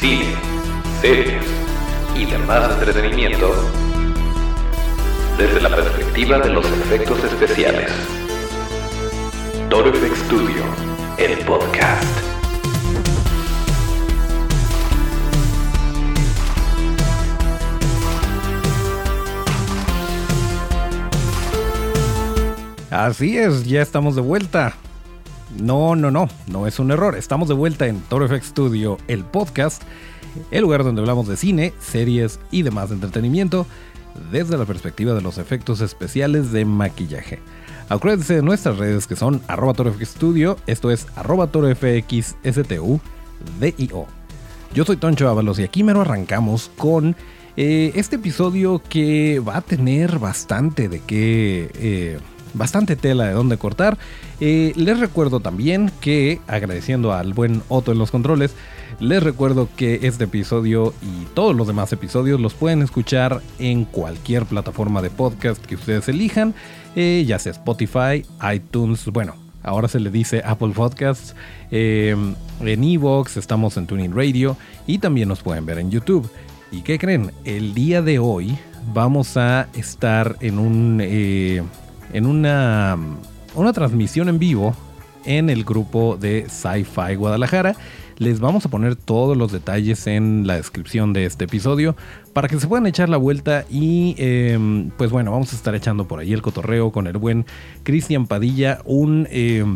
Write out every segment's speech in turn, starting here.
cine, series y demás entretenimiento desde la perspectiva de los efectos especiales. Toro FX Studio, el podcast. Así es, ya estamos de vuelta. No es un error. Estamos de vuelta en Toro FX Studio, el podcast, el lugar donde hablamos de cine, series y demás entretenimiento desde la perspectiva de los efectos especiales de maquillaje. Acuérdense de nuestras redes que son @ToroFXStudio, esto es @ToroFXSTUDIO. Yo soy Toncho Ábalos y aquí mero arrancamos con este episodio que va a tener bastante tela de dónde cortar. Les recuerdo también que, agradeciendo al buen Otto en los controles, les recuerdo que este episodio y todos los demás episodios los pueden escuchar en cualquier plataforma de podcast que ustedes elijan, ya sea Spotify, iTunes, bueno, ahora se le dice Apple Podcasts, en Evox, estamos en TuneIn Radio y también nos pueden ver en YouTube. ¿Y qué creen? El día de hoy vamos a estar en una transmisión en vivo en el grupo de Sci-Fi Guadalajara. Les vamos a poner todos los detalles en la descripción de este episodio para que se puedan echar la vuelta y pues bueno, vamos a estar echando por ahí el cotorreo con el buen Cristian Padilla, un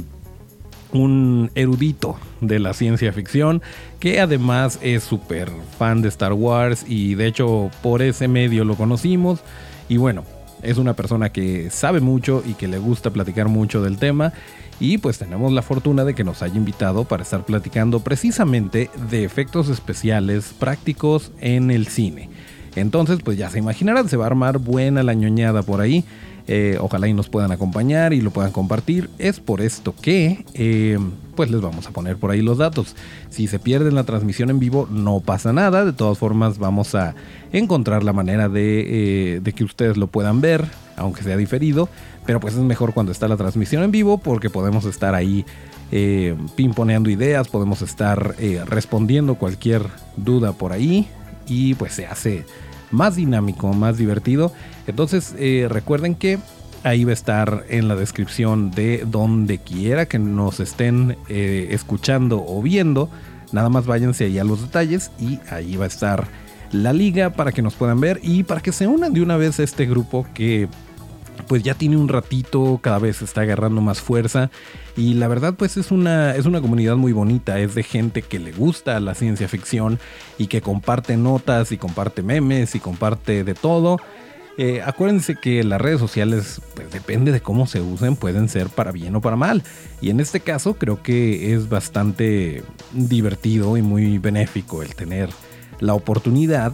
erudito de la ciencia ficción que además es súper fan de Star Wars y de hecho por ese medio lo conocimos y bueno, es una persona que sabe mucho y que le gusta platicar mucho del tema y pues tenemos la fortuna de que nos haya invitado para estar platicando precisamente de efectos especiales prácticos en el cine. Entonces pues ya se imaginarán, se va a armar buena la ñoñada por ahí. Ojalá y nos puedan acompañar y lo puedan compartir. Es por esto que pues les vamos a poner por ahí los datos. Si se pierden la transmisión en vivo no pasa nada. De todas formas vamos a encontrar la manera de que ustedes lo puedan ver, aunque sea diferido. Pero pues es mejor cuando está la transmisión en vivo porque podemos estar ahí pimponeando ideas, podemos estar respondiendo cualquier duda por ahí y pues se hace más dinámico, más divertido. Entonces recuerden que ahí va a estar en la descripción de donde quiera que nos estén escuchando o viendo. Nada más váyanse ahí a los detalles y ahí va a estar la liga para que nos puedan ver y para que se unan de una vez a este grupo que pues ya tiene un ratito, cada vez está agarrando más fuerza y la verdad pues es una comunidad muy bonita, es de gente que le gusta la ciencia ficción y que comparte notas y comparte memes y comparte de todo. Acuérdense que las redes sociales pues depende de cómo se usen, pueden ser para bien o para mal y en este caso creo que es bastante divertido y muy benéfico el tener la oportunidad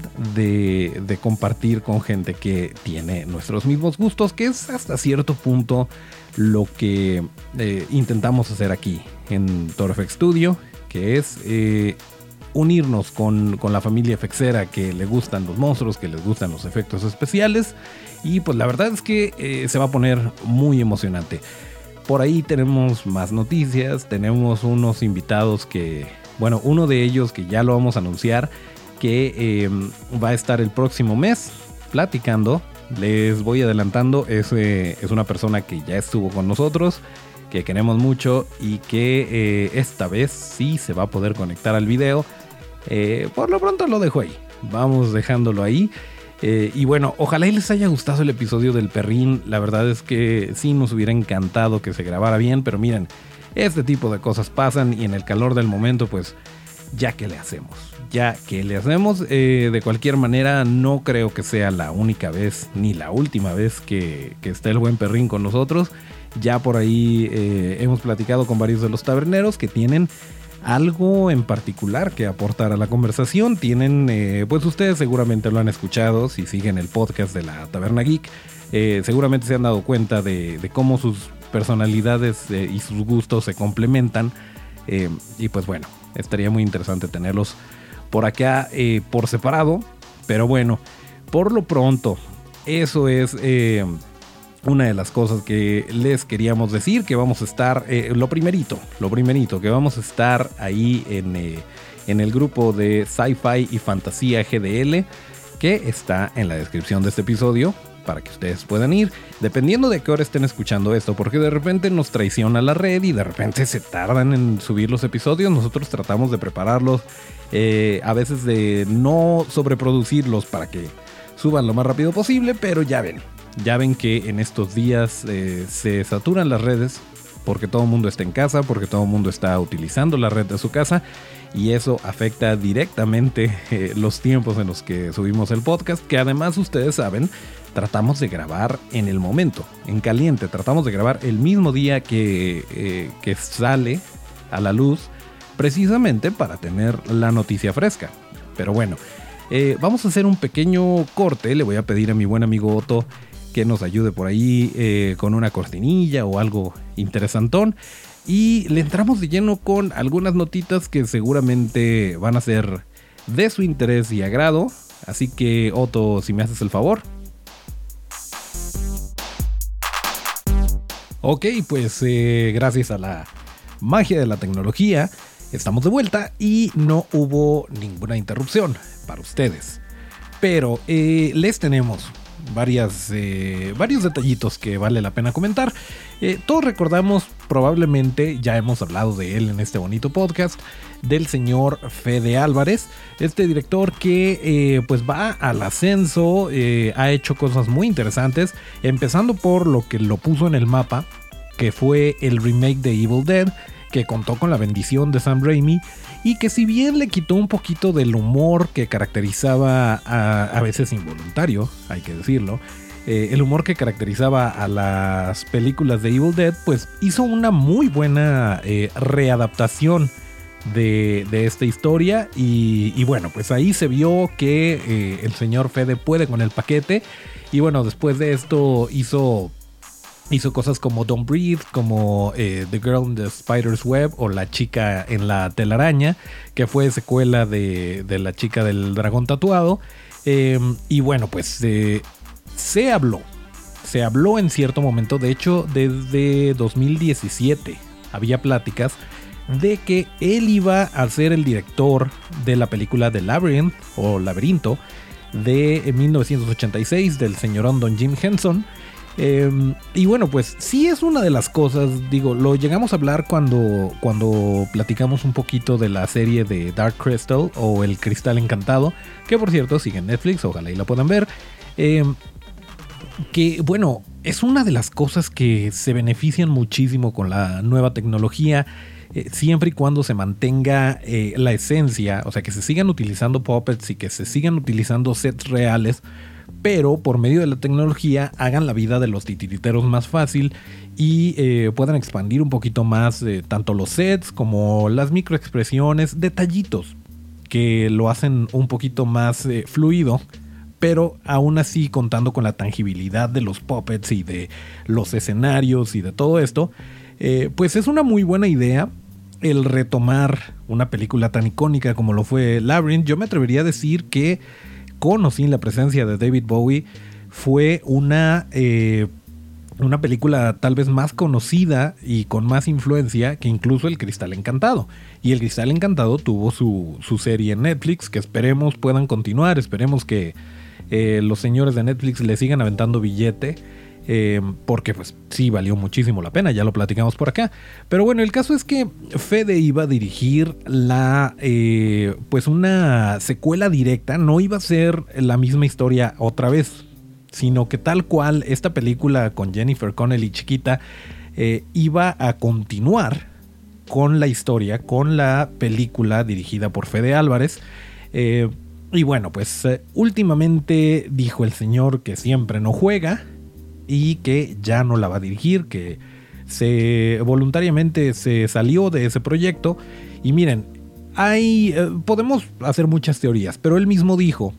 de compartir con gente que tiene nuestros mismos gustos, que es hasta cierto punto lo que intentamos hacer aquí en Toro FX Studio, que es unirnos con la familia FXera que le gustan los monstruos, que les gustan los efectos especiales y pues la verdad es que se va a poner muy emocionante. Por ahí tenemos más noticias, tenemos unos invitados que, bueno, uno de ellos que ya lo vamos a anunciar, que va a estar el próximo mes platicando. Les voy adelantando, es una persona que ya estuvo con nosotros, que queremos mucho y que esta vez sí se va a poder conectar al video. Por lo pronto lo dejo ahí, vamos dejándolo ahí. Y bueno, ojalá y les haya gustado el episodio del perrín. La verdad es que sí nos hubiera encantado que se grabara bien, pero miren, este tipo de cosas pasan y en el calor del momento pues ya que le hacemos. De cualquier manera no creo que sea la única vez ni la última vez que esté el buen perrín con nosotros. Ya por ahí hemos platicado con varios de los taberneros que tienen algo en particular que aportar a la conversación. Tienen, pues ustedes seguramente lo han escuchado si siguen el podcast de la Taberna Geek. Seguramente se han dado cuenta de cómo sus personalidades y sus gustos se complementan. Y pues bueno, estaría muy interesante tenerlos por acá por separado. Pero bueno, por lo pronto, eso es una de las cosas que les queríamos decir, que vamos a estar, lo primerito, que vamos a estar ahí en el grupo de Sci-Fi y Fantasía GDL, que está en la descripción de este episodio, para que ustedes puedan ir, dependiendo de qué hora estén escuchando esto, porque de repente nos traiciona la red y de repente se tardan en subir los episodios. Nosotros tratamos de prepararlos, a veces de no sobreproducirlos para que suban lo más rápido posible, pero ya ven que en estos días se saturan las redes, porque todo el mundo está en casa, porque todo el mundo está utilizando la red de su casa, y eso afecta directamente los tiempos en los que subimos el podcast, que además ustedes saben, tratamos de grabar en el momento, en caliente, tratamos de grabar el mismo día que sale a la luz, precisamente para tener la noticia fresca. Pero bueno, vamos a hacer un pequeño corte. Le voy a pedir a mi buen amigo Otto que nos ayude por ahí con una cortinilla o algo interesantón, y le entramos de lleno con algunas notitas que seguramente van a ser de su interés y agrado. Así que, Otto, si me haces el favor. Ok, pues gracias a la magia de la tecnología estamos de vuelta y no hubo ninguna interrupción para ustedes. Pero les tenemos varios detallitos que vale la pena comentar. Todos recordamos, probablemente ya hemos hablado de él en este bonito podcast, del señor Fede Álvarez, este director que pues va al ascenso, ha hecho cosas muy interesantes, empezando por lo que lo puso en el mapa, que fue el remake de Evil Dead, que contó con la bendición de Sam Raimi, y que si bien le quitó un poquito del humor que caracterizaba, a veces involuntario, hay que decirlo, el humor que caracterizaba a las películas de Evil Dead, pues hizo una muy buena readaptación de esta historia, y bueno, pues ahí se vio que el señor Fede puede con el paquete. Y bueno, después de esto hizo cosas como Don't Breathe, como The Girl in the Spider's Web o La chica en la telaraña, que fue secuela de La chica del dragón tatuado. Y bueno, pues se habló en cierto momento, de hecho desde 2017 había pláticas de que él iba a ser el director de la película The Labyrinth o Laberinto de 1986 del señorón Don Jim Henson. Y bueno, pues sí es una de las cosas, digo, lo llegamos a hablar cuando platicamos un poquito de la serie de Dark Crystal o El Cristal Encantado, que por cierto sigue en Netflix, ojalá y la puedan ver. Que bueno, es una de las cosas que se benefician muchísimo con la nueva tecnología, siempre y cuando se mantenga la esencia, o sea, que se sigan utilizando puppets y que se sigan utilizando sets reales, pero por medio de la tecnología hagan la vida de los titiriteros más fácil y puedan expandir un poquito más tanto los sets como las microexpresiones, detallitos que lo hacen un poquito más fluido, pero aún así contando con la tangibilidad de los puppets y de los escenarios y de todo esto. Pues es una muy buena idea el retomar una película tan icónica como lo fue Labyrinth. Yo me atrevería a decir que con o sin la presencia de David Bowie fue una película tal vez más conocida y con más influencia que incluso El Cristal Encantado. Y El Cristal Encantado tuvo su serie en Netflix, que esperemos puedan continuar, esperemos que los señores de Netflix le sigan aventando billete, porque pues sí valió muchísimo la pena, ya lo platicamos por acá. Pero bueno, el caso es que Fede iba a dirigir pues una secuela directa, no iba a ser la misma historia otra vez, sino que tal cual esta película con Jennifer Connelly chiquita iba a continuar con la historia, con la película dirigida por Fede Álvarez. Y bueno, pues últimamente dijo el señor que siempre no juega y que ya no la va a dirigir, que voluntariamente se salió de ese proyecto. Y miren, podemos hacer muchas teorías, pero él mismo dijo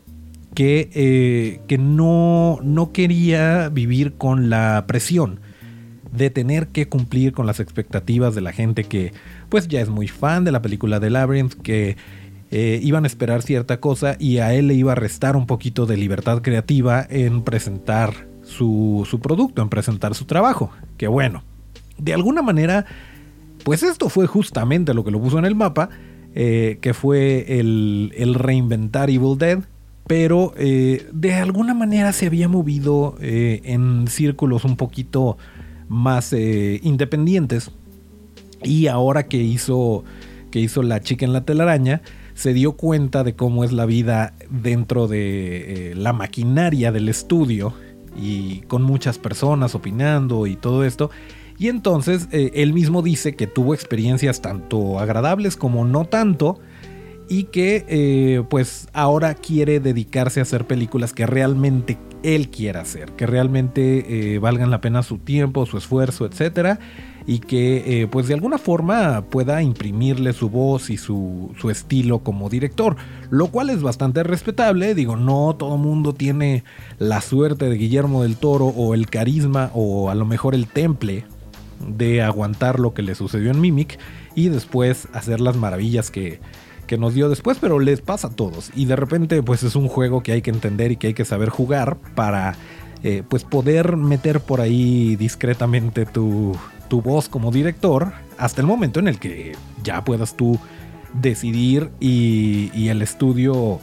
que no quería vivir con la presión de tener que cumplir con las expectativas de la gente que pues ya es muy fan de la película de Labyrinth, que iban a esperar cierta cosa y a él le iba a restar un poquito de libertad creativa en presentar su producto, en presentar su trabajo. Que bueno, de alguna manera, pues esto fue justamente lo que lo puso en el mapa, que fue el reinventar Evil Dead, pero de alguna manera se había movido en círculos un poquito más independientes, y ahora que hizo La chica en la telaraña, se dio cuenta de cómo es la vida dentro de la maquinaria del estudio, y con muchas personas opinando y todo esto. Y entonces él mismo dice que tuvo experiencias tanto agradables como no tanto, y que pues ahora quiere dedicarse a hacer películas que realmente él quiera hacer, que realmente valgan la pena su tiempo, su esfuerzo, etcétera, y que pues de alguna forma pueda imprimirle su voz y su estilo como director, lo cual es bastante respetable. Digo, no todo mundo tiene la suerte de Guillermo del Toro, o el carisma, o a lo mejor el temple de aguantar lo que le sucedió en Mimic y después hacer las maravillas que nos dio después, pero les pasa a todos, y de repente pues es un juego que hay que entender y que hay que saber jugar para pues poder meter por ahí discretamente tu voz como director hasta el momento en el que ya puedas tú decidir y el estudio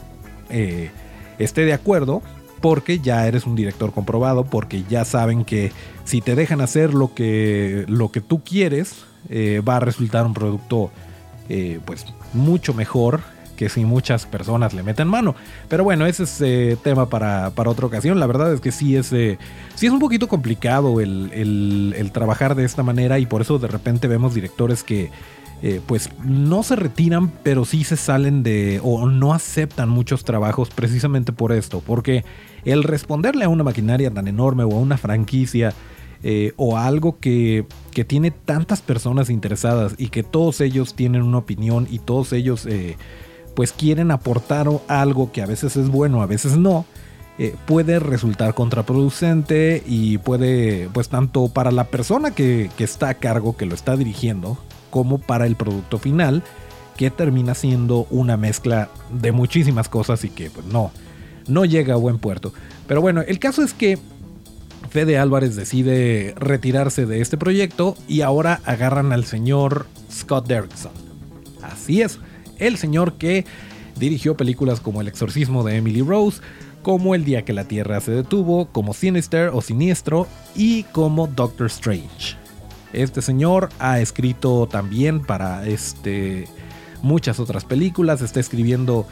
esté de acuerdo, porque ya eres un director comprobado, porque ya saben que si te dejan hacer lo que tú quieres, va a resultar un producto pues mucho mejor que si muchas personas le meten mano. Pero bueno, ese es tema para otra ocasión. La verdad es que sí es un poquito complicado el trabajar de esta manera, y por eso de repente vemos directores que pues no se retiran, pero sí se salen o no aceptan muchos trabajos precisamente por esto, porque el responderle a una maquinaria tan enorme, o a una franquicia, o a algo que tiene tantas personas interesadas, y que todos ellos tienen una opinión, y todos ellos pues quieren aportar algo que a veces es bueno, a veces no, puede resultar contraproducente, y puede, pues tanto para la persona que está a cargo, que lo está dirigiendo, como para el producto final, que termina siendo una mezcla de muchísimas cosas y que pues no llega a buen puerto. Pero bueno, el caso es que Fede Álvarez decide retirarse de este proyecto, y ahora agarran al señor Scott Derrickson. Así es, el señor que dirigió películas como El exorcismo de Emily Rose, como El día que la Tierra se detuvo, como Sinister o Siniestro, y como Doctor Strange. Este señor ha escrito también para muchas otras películas. Está escribiendo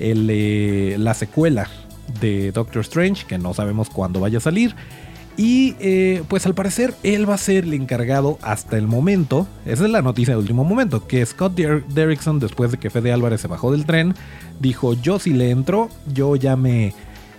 la secuela de Doctor Strange, que no sabemos cuándo vaya a salir. Y pues al parecer él va a ser el encargado hasta el momento. Esa es la noticia de último momento, que Scott Derrickson, después de que Fede Álvarez se bajó del tren, dijo: yo sí le entro, yo ya me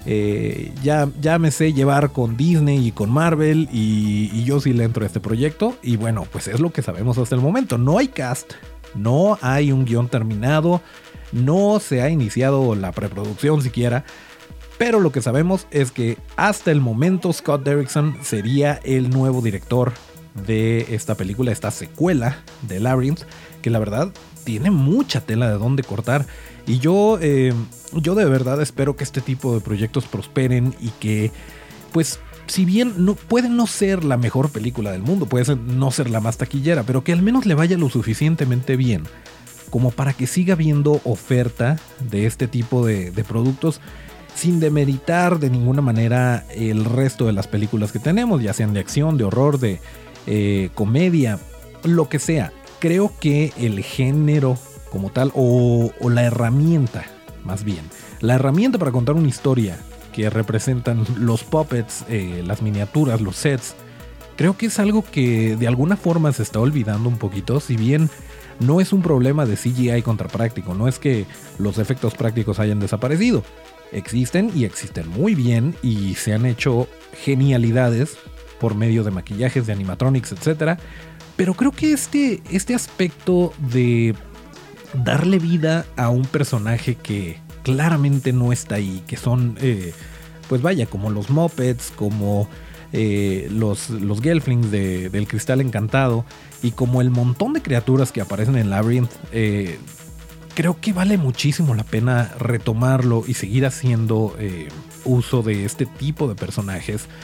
sé llevar con Disney y con Marvel, y yo sí le entro a este proyecto. Y bueno, pues es lo que sabemos hasta el momento. No hay cast, no hay un guión terminado, no se ha iniciado la preproducción siquiera. Pero lo que sabemos es que hasta el momento Scott Derrickson sería el nuevo director de esta película, esta secuela de Labyrinth, que la verdad tiene mucha tela de dónde cortar. Y yo de verdad espero que este tipo de proyectos prosperen, y que, pues, si bien puede no ser la mejor película del mundo, puede no ser la más taquillera, pero que al menos le vaya lo suficientemente bien como para que siga habiendo oferta de este tipo de productos, sin demeritar de ninguna manera el resto de las películas que tenemos, ya sean de acción, de horror, de comedia, lo que sea. Creo que el género como tal, o la herramienta, más bien, la herramienta para contar una historia que representan los puppets, las miniaturas, los sets, creo que es algo que de alguna forma se está olvidando un poquito. Si bien no es un problema de CGI contra práctico, no es que los efectos prácticos hayan desaparecido, existen, y existen muy bien, y se han hecho genialidades por medio de maquillajes, de animatronics, etc. Pero creo que este aspecto de darle vida a un personaje que claramente no está ahí, que son, pues vaya, como los Muppets, como los Gelflings del Cristal Encantado, y como el montón de criaturas que aparecen en Labyrinth, creo que vale muchísimo la pena retomarlo y seguir haciendo uso de este tipo de personajes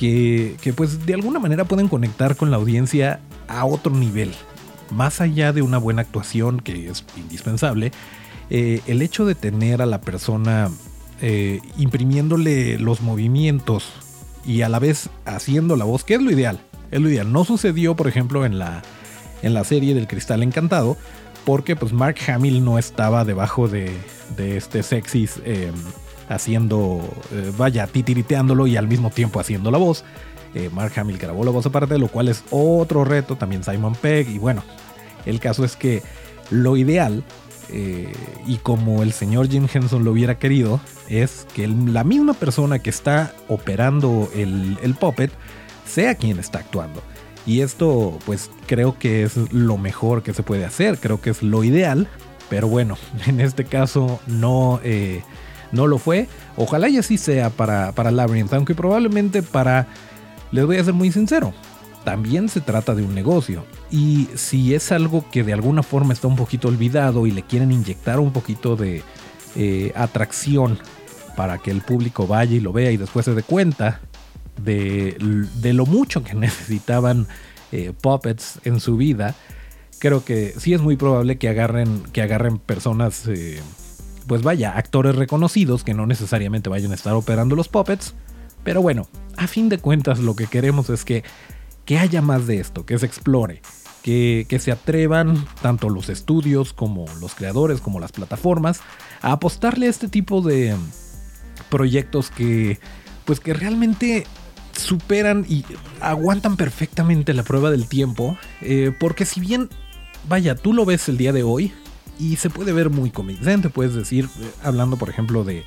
que pues de alguna manera pueden conectar con la audiencia a otro nivel. Más allá de una buena actuación, que es indispensable, el hecho de tener a la persona imprimiéndole los movimientos y a la vez haciendo la voz, que es lo ideal. No sucedió, por ejemplo, en la serie del Cristal Encantado, porque pues Mark Hamill no estaba debajo de este Sexys haciendo, titiriteándolo y al mismo tiempo haciendo la voz. Mark Hamill grabó la voz aparte, lo cual es otro reto, también Simon Pegg, y bueno, el caso es que lo ideal, y como el señor Jim Henson lo hubiera querido, es que la misma persona que está operando el puppet sea quien está actuando. Y esto pues creo que es lo mejor que se puede hacer, creo que es lo ideal, pero bueno, en este caso no lo fue. Ojalá y así sea para Labyrinth, aunque probablemente les voy a ser muy sincero, también se trata de un negocio, y si es algo que de alguna forma está un poquito olvidado y le quieren inyectar un poquito de atracción para que el público vaya y lo vea y después se dé cuenta de lo mucho que necesitaban puppets en su vida, creo que sí es muy probable que agarren personas, actores reconocidos que no necesariamente vayan a estar operando los puppets. Pero bueno, a fin de cuentas lo que queremos es que haya más de esto, que se explore, que se atrevan tanto los estudios como los creadores, como las plataformas, a apostarle a este tipo de proyectos que realmente superan y aguantan perfectamente la prueba del tiempo, porque si bien, tú lo ves el día de hoy y se puede ver muy convincente, puedes decir, hablando por ejemplo de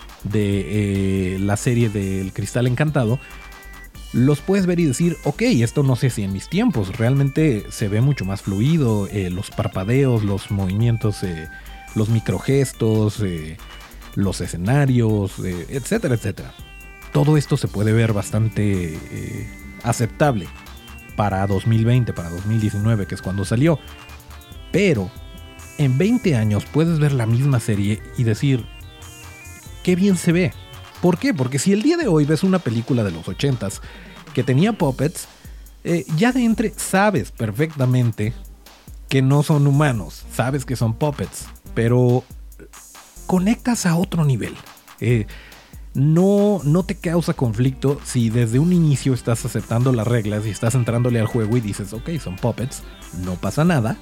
la serie del Cristal Encantado, los puedes ver y decir, ok, esto no se hacía en mis tiempos, realmente se ve mucho más fluido, los parpadeos, los movimientos, los microgestos, los escenarios, etcétera, etcétera. Todo esto se puede ver bastante aceptable para 2020, para 2019, que es cuando salió. Pero en 20 años puedes ver la misma serie y decir, qué bien se ve. ¿Por qué? Porque si el día de hoy ves una película de los 80s que tenía puppets, ya de entre sabes perfectamente que no son humanos, sabes que son puppets, pero conectas a otro nivel. No te causa conflicto si desde un inicio estás aceptando las reglas y estás entrándole al juego y dices, ok, son puppets, no pasa nada.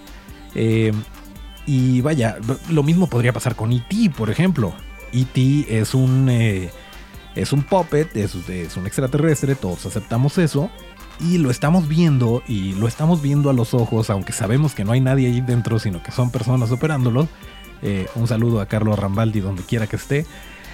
Y lo mismo podría pasar con E.T., por ejemplo. E.T. es un puppet, es un extraterrestre, todos aceptamos eso y lo estamos viendo a los ojos, aunque sabemos que no hay nadie ahí dentro, sino que son personas operándolo. Un saludo a Carlos Rambaldi donde quiera que esté.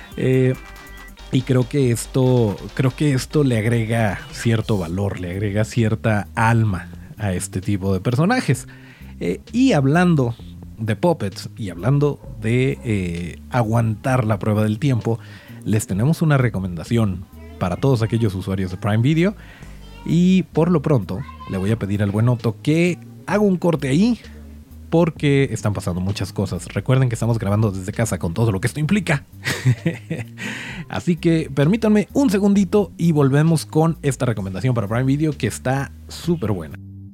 Y creo que esto le agrega cierto valor, le agrega cierta alma a este tipo de personajes. Y hablando de puppets y hablando de aguantar la prueba del tiempo, les tenemos una recomendación para todos aquellos usuarios de Prime Video. Y por lo pronto le voy a pedir al buen Otto que haga un corte ahí, porque están pasando muchas cosas. Recuerden que estamos grabando desde casa con todo lo que esto implica. Así que permítanme un segundito y volvemos con esta recomendación para Prime Video que está súper buena.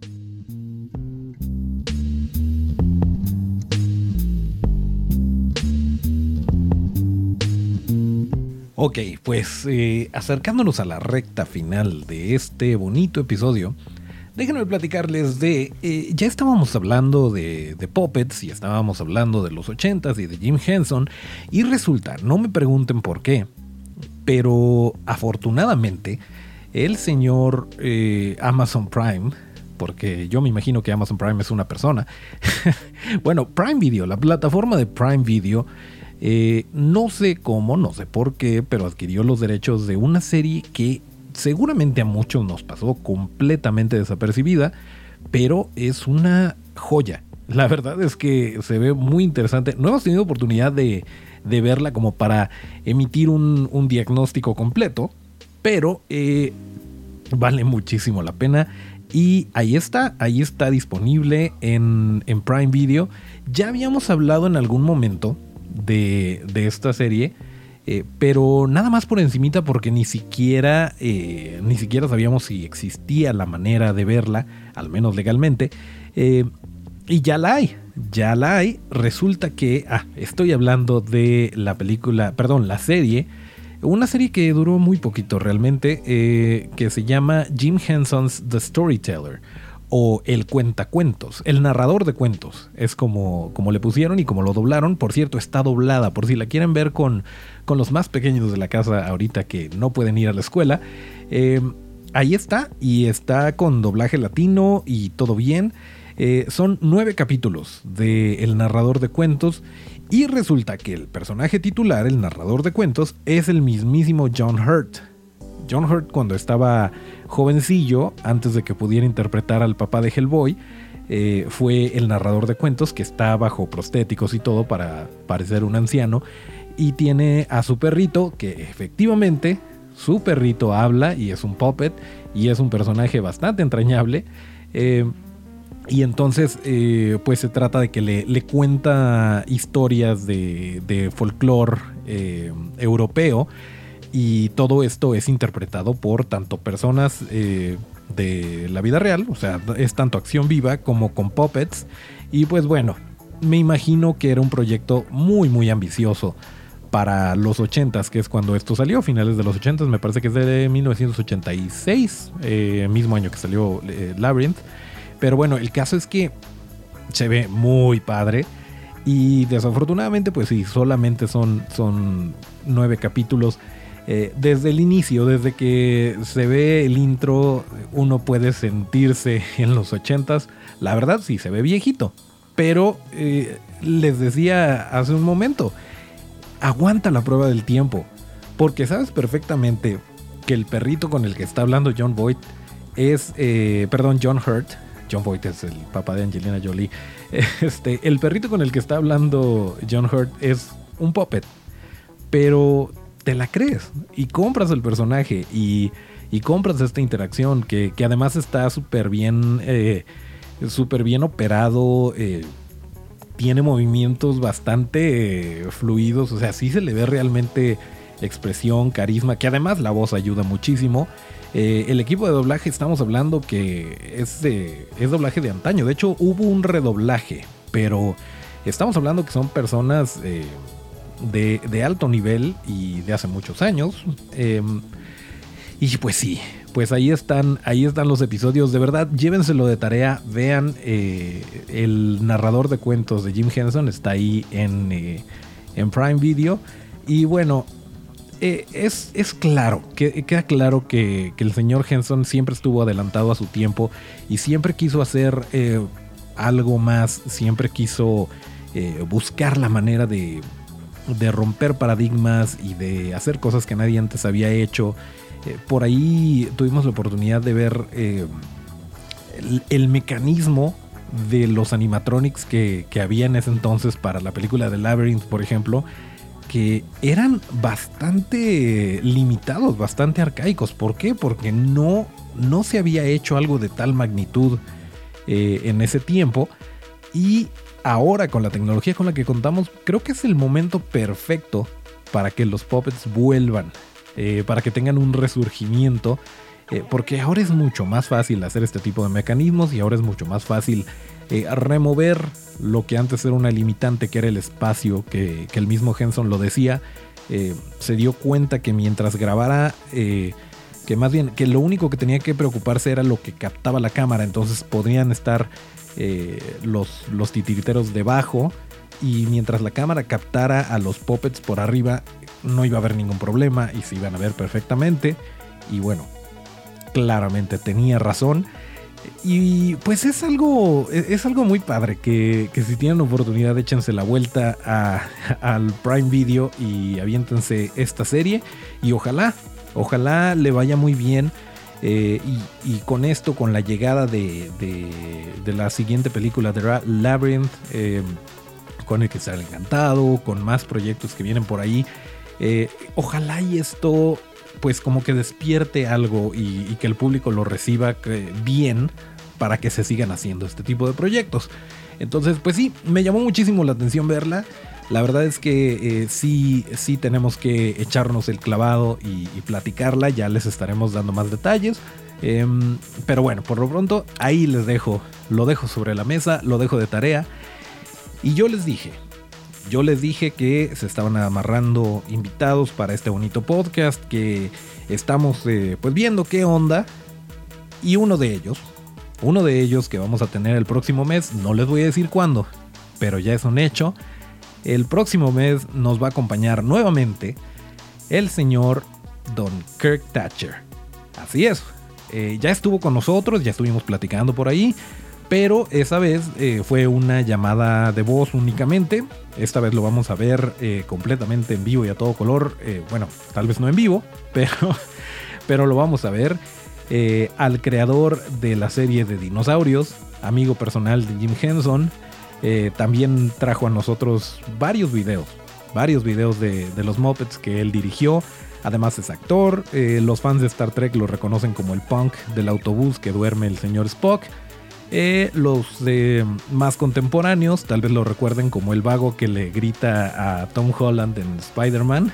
Ok, pues acercándonos a la recta final de este bonito episodio, déjenme platicarles ya estábamos hablando de puppets y estábamos hablando de los 80s y de Jim Henson, y resulta, no me pregunten por qué, pero afortunadamente el señor Amazon Prime, porque yo me imagino que Amazon Prime es una persona, bueno, Prime Video, la plataforma de Prime Video, no sé cómo, no sé por qué, pero adquirió los derechos de una serie que seguramente a muchos nos pasó completamente desapercibida, pero es una joya. La verdad es que se ve muy interesante. No hemos tenido oportunidad de verla como para emitir un diagnóstico completo, pero vale muchísimo la pena. Y ahí está disponible en Prime Video. Ya habíamos hablado en algún momento de esta serie, pero nada más por encimita porque ni siquiera sabíamos si existía la manera de verla, al menos legalmente, y ya la hay. Resulta que, estoy hablando de la serie, una serie que duró muy poquito realmente, que se llama Jim Henson's The Storyteller, o el cuentacuentos, el narrador de cuentos, es como le pusieron y como lo doblaron. Por cierto, está doblada, por si la quieren ver con los más pequeños de la casa ahorita que no pueden ir a la escuela, ahí está, y está con doblaje latino y todo bien. Son 9 capítulos de El narrador de cuentos, y resulta que el personaje titular, el narrador de cuentos, es el mismísimo John Hurt. John Hurt, cuando estaba jovencillo, antes de que pudiera interpretar al papá de Hellboy, fue el narrador de cuentos, que está bajo prostéticos y todo para parecer un anciano, y tiene a su perrito, que efectivamente su perrito habla y es un puppet y es un personaje bastante entrañable. Y entonces pues se trata de que le cuenta historias de folclore europeo, y todo esto es interpretado por tanto personas de la vida real, o sea, es tanto acción viva como con puppets. Y pues bueno, me imagino que era un proyecto muy muy ambicioso para los 80s, que es cuando esto salió, finales de los 80s, me parece que es de 1986, mismo año que salió Labyrinth. Pero bueno, el caso es que se ve muy padre, y desafortunadamente pues sí, solamente son 9 capítulos. Desde el inicio, desde que se ve el intro, uno puede sentirse en los 80s. La verdad sí se ve viejito, pero les decía hace un momento, aguanta la prueba del tiempo, porque sabes perfectamente que el perrito con el que está hablando John Hurt. John Voight es el papá de Angelina Jolie. El perrito con el que está hablando John Hurt es un puppet, pero te la crees y compras el personaje y compras esta interacción que además está súper bien operado. Tiene movimientos bastante fluidos, o sea, sí se le ve realmente expresión, carisma, que además la voz ayuda muchísimo. El equipo de doblaje, estamos hablando que es doblaje de antaño. De hecho, hubo un redoblaje, pero estamos hablando que son personas de alto nivel y de hace muchos años. Y pues sí, pues ahí están los episodios. De verdad, llévenselo de tarea, vean el narrador de cuentos de Jim Henson, está ahí en Prime Video. Y bueno, es claro, queda claro que el señor Henson siempre estuvo adelantado a su tiempo y siempre quiso hacer algo más, siempre quiso buscar la manera de romper paradigmas y de hacer cosas que nadie antes había hecho. Por ahí tuvimos la oportunidad de ver el mecanismo de los animatronics que había en ese entonces para la película de Labyrinth, por ejemplo, que eran bastante limitados, bastante arcaicos. ¿Por qué? Porque no se había hecho algo de tal magnitud en ese tiempo, y ahora con la tecnología con la que contamos, creo que es el momento perfecto para que los puppets vuelvan, para que tengan un resurgimiento, porque ahora es mucho más fácil hacer este tipo de mecanismos, y ahora es mucho más fácil remover lo que antes era una limitante, que era el espacio, que el mismo Henson lo decía. Se dio cuenta que mientras grabara, que más bien que lo único que tenía que preocuparse era lo que captaba la cámara. Entonces podrían estar los titiriteros debajo, y mientras la cámara captara a los puppets por arriba, no iba a haber ningún problema y se iban a ver perfectamente. Y bueno, claramente tenía razón. Y pues es algo muy padre que si tienen oportunidad, échense la vuelta al Prime Video y aviéntense esta serie, y ojalá le vaya muy bien. Y con esto, con la llegada de la siguiente película de Labyrinth, con el que sale Encantado, con más proyectos que vienen por ahí, ojalá y esto pues como que despierte algo y que el público lo reciba bien, para que se sigan haciendo este tipo de proyectos. Entonces pues sí, me llamó muchísimo la atención verla. La verdad es que sí tenemos que echarnos el clavado y platicarla. Ya les estaremos dando más detalles. Pero bueno, por lo pronto ahí les dejo. Lo dejo sobre la mesa, lo dejo de tarea. Y yo les dije que se estaban amarrando invitados para este bonito podcast, que estamos pues viendo qué onda. Y uno de ellos que vamos a tener el próximo mes, no les voy a decir cuándo, pero ya es un hecho. El próximo mes nos va a acompañar nuevamente el señor Don Kirk Thatcher. Así es, ya estuvo con nosotros, ya estuvimos platicando por ahí, pero esa vez fue una llamada de voz únicamente. Esta vez lo vamos a ver completamente en vivo y a todo color. Bueno, tal vez no en vivo, pero lo vamos a ver. Al creador de la serie de dinosaurios, amigo personal de Jim Henson. También trajo a nosotros varios videos de los Muppets que él dirigió. Además es actor. Los fans de Star Trek lo reconocen como el punk del autobús que duerme el señor Spock. Los más contemporáneos tal vez lo recuerden como el vago que le grita a Tom Holland en Spider-Man.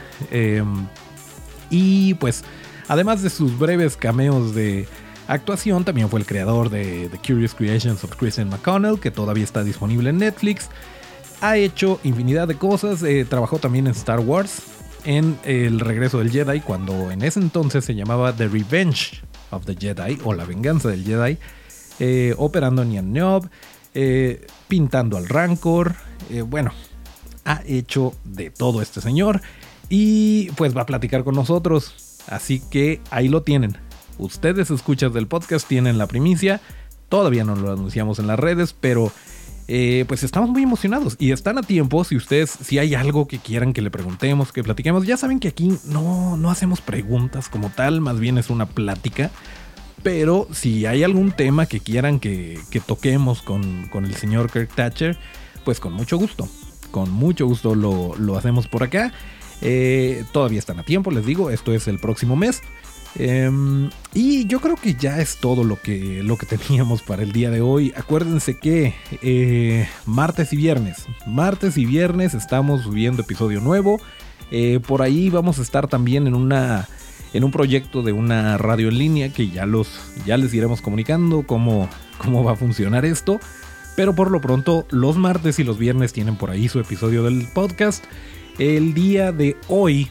Y pues además de sus breves cameos de actuación, también fue el creador de The Curious Creations of Christian McConnell, que todavía está disponible en Netflix. Ha hecho infinidad de cosas. Trabajó también en Star Wars, en El Regreso del Jedi, cuando en ese entonces se llamaba The Revenge of the Jedi, o La Venganza del Jedi. Operando Nien Niob, pintando al Rancor. Bueno, ha hecho de todo este señor. Y pues va a platicar con nosotros. Así que ahí lo tienen. Ustedes, escuchas del podcast, tienen la primicia. Todavía no lo anunciamos en las redes, pero pues estamos muy emocionados y están a tiempo. Si hay algo que quieran que le preguntemos, que platiquemos, ya saben que aquí no hacemos preguntas como tal, más bien es una plática. Pero si hay algún tema que quieran que toquemos con el señor Kirk Thatcher, pues con mucho gusto lo hacemos por acá. Todavía están a tiempo, les digo, esto es el próximo mes. Y yo creo que ya es todo lo que teníamos para el día de hoy. Acuérdense que martes y viernes estamos subiendo episodio nuevo. Por ahí vamos a estar también en un proyecto de una radio en línea que ya les iremos comunicando cómo va a funcionar esto. Pero por lo pronto los martes y los viernes tienen por ahí su episodio del podcast. El día de hoy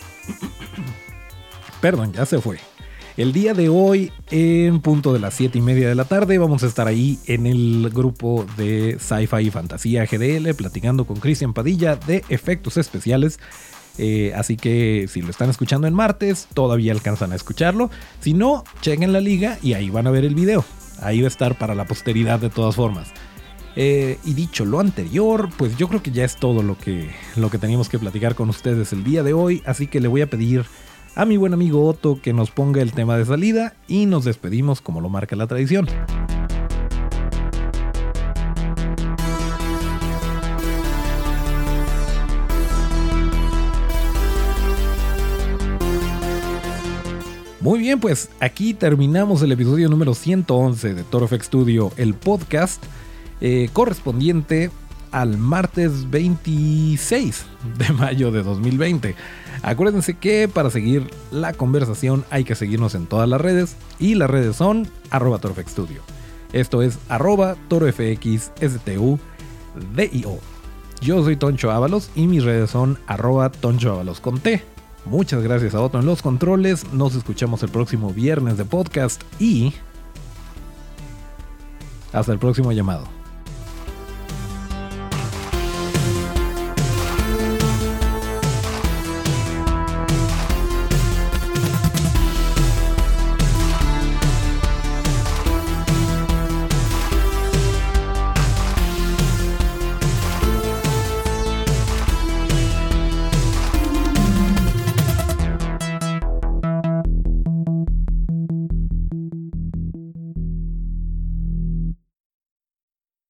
perdón, ya se fue. El día de hoy, en punto de las 7:30 de la tarde, vamos a estar ahí en el grupo de Sci-Fi y Fantasía GDL, platicando con Cristian Padilla de efectos especiales. Así que si lo están escuchando en martes, todavía alcanzan a escucharlo. Si no, chequen la liga y ahí van a ver el video. Ahí va a estar para la posteridad de todas formas. Y dicho lo anterior, pues yo creo que ya es todo lo que teníamos que platicar con ustedes el día de hoy. Así que le voy a pedir a mi buen amigo Otto que nos ponga el tema de salida y nos despedimos como lo marca la tradición. Muy bien, pues aquí terminamos el episodio número 111 de Toro FX Studio, el podcast correspondiente al martes 26 de mayo de 2020. Acuérdense que para seguir la conversación hay que seguirnos en todas las redes y las redes son @ToroFXStudio. Esto es @ToroFXSTUDIO. Yo soy Toncho Ábalos y mis redes son @TonchoAbalos con T. Muchas gracias a Otto en los controles. Nos escuchamos el próximo viernes de podcast y hasta el próximo llamado.